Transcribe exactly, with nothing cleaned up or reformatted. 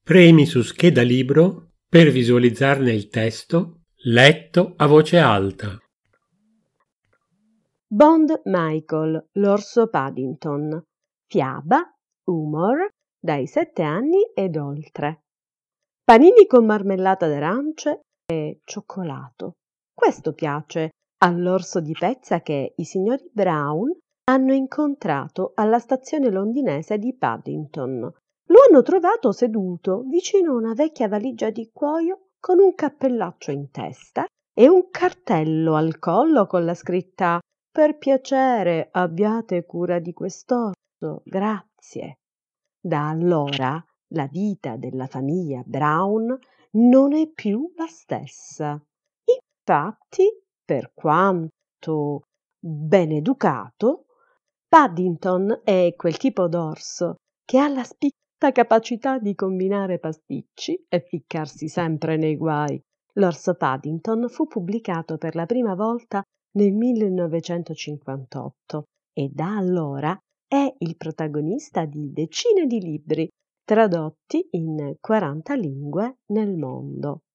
Premi su scheda libro per visualizzarne il testo letto a voce alta. Bond Michael, l'orso Paddington. Fiaba, humor, dai sette anni ed oltre. Panini con marmellata d'arance e cioccolato. Questo piace all'orso di pezza che i signori Brown hanno incontrato alla stazione londinese di Paddington. Lo hanno trovato seduto vicino a una vecchia valigia di cuoio con un cappellaccio in testa e un cartello al collo con la scritta «Per piacere, abbiate cura di quest'orso, grazie». Da allora la vita della famiglia Brown non è più la stessa. Infatti, per quanto ben educato, Paddington è quel tipo d'orso che ha la spicca capacità di combinare pasticci e ficcarsi sempre nei guai. L'orso Paddington fu pubblicato per la prima volta nel millenovecentocinquantotto e da allora è il protagonista di decine di libri tradotti in quaranta lingue nel mondo.